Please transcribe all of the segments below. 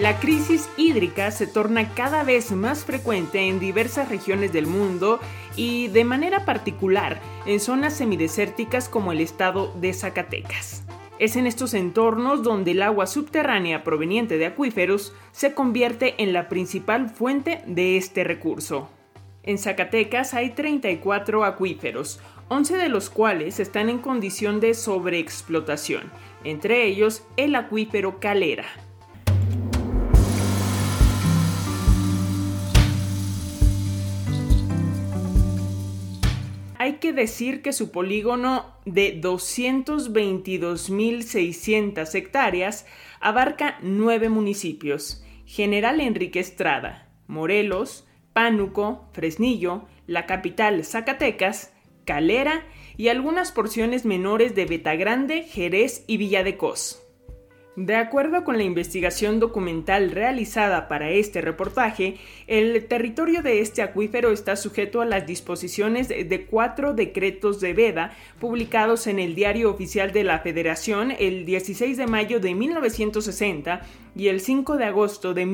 La crisis hídrica se torna cada vez más frecuente en diversas regiones del mundo y, de manera particular, en zonas semidesérticas como el estado de Zacatecas. Es en estos entornos donde el agua subterránea proveniente de acuíferos se convierte en la principal fuente de este recurso. En Zacatecas hay 34 acuíferos, 11 de los cuales están en condición de sobreexplotación, entre ellos el acuífero Calera. Hay que decir que su polígono de 222.600 hectáreas abarca 9 municipios: General Enrique Estrada, Morelos, Pánuco, Fresnillo, la capital Zacatecas, Calera y algunas porciones menores de Betagrande, Jerez y Villa de Cos. De acuerdo con la investigación documental realizada para este reportaje, el territorio de este acuífero está sujeto a las disposiciones de 4 decretos de veda publicados en el Diario Oficial de la Federación el 16 de mayo de 1960 y el 5 de agosto de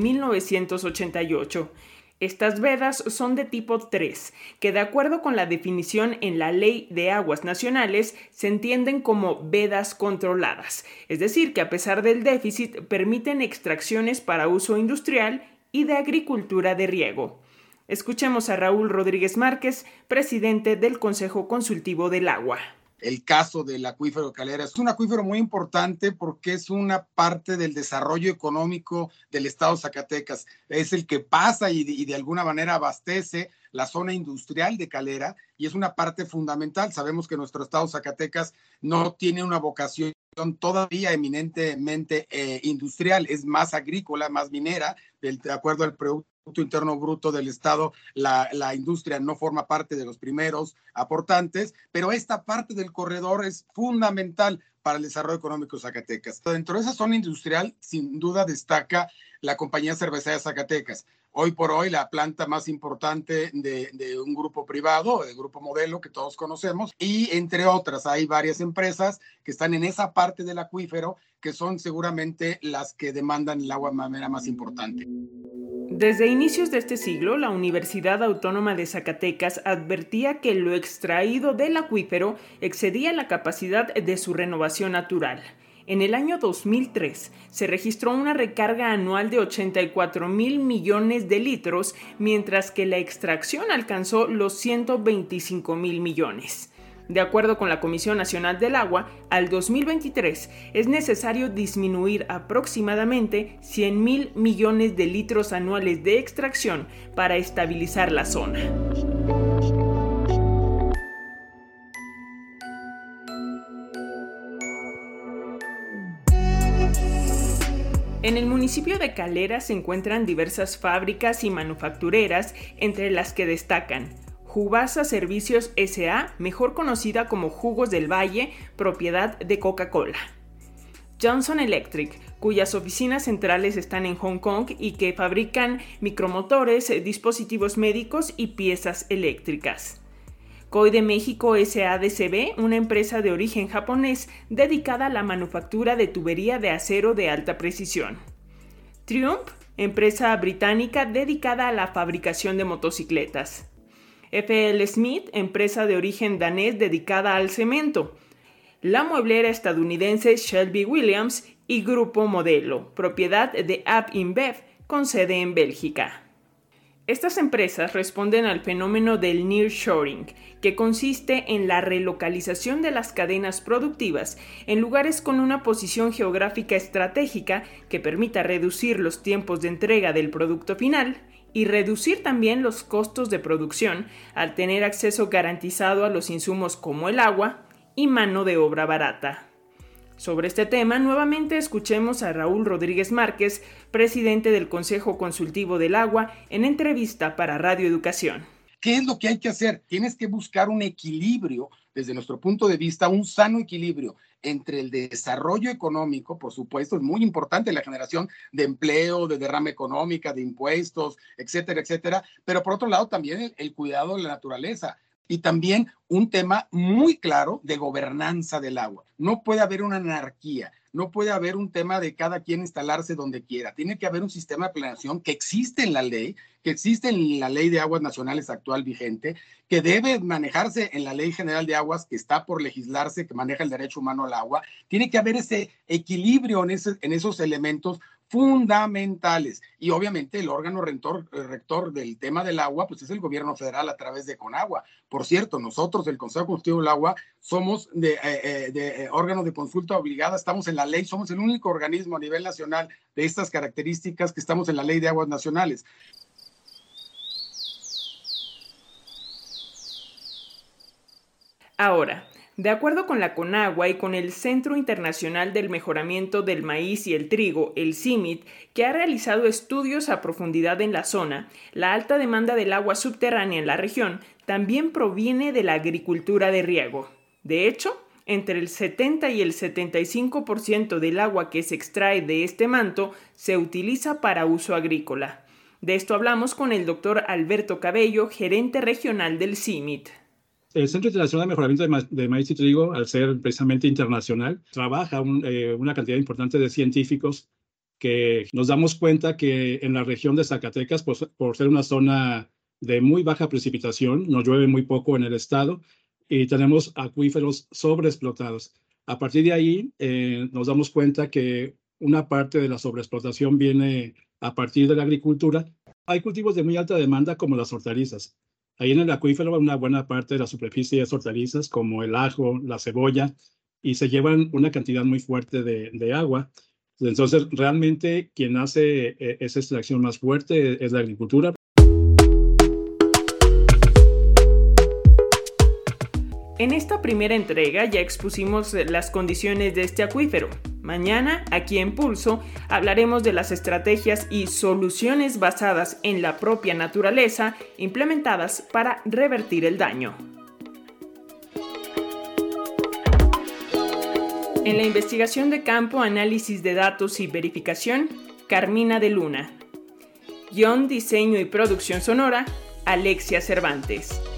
1988. Estas vedas son de tipo 3, que de acuerdo con la definición en la Ley de Aguas Nacionales se entienden como vedas controladas, es decir, que a pesar del déficit permiten extracciones para uso industrial y de agricultura de riego. Escuchemos a Raúl Rodríguez Márquez, presidente del Consejo Consultivo del Agua. El caso del acuífero Calera es un acuífero muy importante porque es una parte del desarrollo económico del estado de Zacatecas. Es el que pasa y de alguna manera abastece la zona industrial de Calera y es una parte fundamental. Sabemos que nuestro estado de Zacatecas no tiene una vocación todavía eminentemente industrial, es más agrícola, más minera, de acuerdo al Producto Interno Bruto del Estado, la industria no forma parte de los primeros aportantes, pero esta parte del corredor es fundamental para el desarrollo económico de Zacatecas. Dentro de esa zona industrial, sin duda destaca la compañía cervecera Zacatecas. Hoy por hoy, la planta más importante de un grupo privado, el Grupo Modelo, que todos conocemos, y entre otras, hay varias empresas que están en esa parte del acuífero, que son seguramente las que demandan el agua de manera más importante. Desde inicios de este siglo, la Universidad Autónoma de Zacatecas advertía que lo extraído del acuífero excedía la capacidad de su renovación natural. En el año 2003 se registró una recarga anual de 84,000 millones de litros, mientras que la extracción alcanzó los 125,000 millones. De acuerdo con la Comisión Nacional del Agua, al 2023 es necesario disminuir aproximadamente 100,000 millones de litros anuales de extracción para estabilizar la zona. En el municipio de Calera se encuentran diversas fábricas y manufactureras, entre las que destacan Jubasa Servicios S.A., mejor conocida como Jugos del Valle, propiedad de Coca-Cola. Johnson Electric, cuyas oficinas centrales están en Hong Kong y que fabrican micromotores, dispositivos médicos y piezas eléctricas. COI de México S.A.D.C.B., una empresa de origen japonés dedicada a la manufactura de tubería de acero de alta precisión. Triumph, empresa británica dedicada a la fabricación de motocicletas. F.L. Smith, empresa de origen danés dedicada al cemento. La mueblera estadounidense Shelby Williams y Grupo Modelo, propiedad de AB InBev, con sede en Bélgica. Estas empresas responden al fenómeno del nearshoring, que consiste en la relocalización de las cadenas productivas en lugares con una posición geográfica estratégica que permita reducir los tiempos de entrega del producto final y reducir también los costos de producción al tener acceso garantizado a los insumos como el agua y mano de obra barata. Sobre este tema, nuevamente escuchemos a Raúl Rodríguez Márquez, presidente del Consejo Consultivo del Agua, en entrevista para Radio Educación. ¿Qué es lo que hay que hacer? Tienes que buscar un equilibrio, desde nuestro punto de vista, un sano equilibrio entre el desarrollo económico, por supuesto, es muy importante la generación de empleo, de derrama económica, de impuestos, etcétera, etcétera, pero por otro lado también el cuidado de la naturaleza. Y también un tema muy claro de gobernanza del agua. No puede haber una anarquía, no puede haber un tema de cada quien instalarse donde quiera. Tiene que haber un sistema de planeación que existe en la ley, que existe en la Ley de Aguas Nacionales actual vigente, que debe manejarse en la Ley General de Aguas que está por legislarse, que maneja el derecho humano al agua. Tiene que haber ese equilibrio en esos elementos fundamentales. Y obviamente el órgano rector del tema del agua, pues es el gobierno federal a través de Conagua. Por cierto, nosotros, el Consejo Consultivo del Agua, somos de órgano de consulta obligada, estamos en la ley, somos el único organismo a nivel nacional de estas características que estamos en la Ley de Aguas Nacionales. Ahora, de acuerdo con la Conagua y con el Centro Internacional del Mejoramiento del Maíz y el Trigo, el CIMMYT, que ha realizado estudios a profundidad en la zona, la alta demanda del agua subterránea en la región también proviene de la agricultura de riego. De hecho, entre el 70 y el 75% del agua que se extrae de este manto se utiliza para uso agrícola. De esto hablamos con el doctor Alberto Cabello, gerente regional del CIMMYT. El Centro Internacional de Mejoramiento de Maíz y Trigo, al ser precisamente internacional, trabaja una cantidad importante de científicos que nos damos cuenta que en la región de Zacatecas, por ser una zona de muy baja precipitación, nos llueve muy poco en el estado y tenemos acuíferos sobreexplotados. A partir de ahí, nos damos cuenta que una parte de la sobreexplotación viene a partir de la agricultura. Hay cultivos de muy alta demanda como las hortalizas. Ahí en el acuífero una buena parte de la superficie es hortalizas como el ajo, la cebolla, y se llevan una cantidad muy fuerte de agua. Entonces, realmente quien hace esa extracción más fuerte es la agricultura. En esta primera entrega ya expusimos las condiciones de este acuífero. Mañana, aquí en Pulso, hablaremos de las estrategias y soluciones basadas en la propia naturaleza implementadas para revertir el daño. En la investigación de campo, análisis de datos y verificación, Carmina de Luna. Guión, diseño y producción sonora, Alexia Cervantes.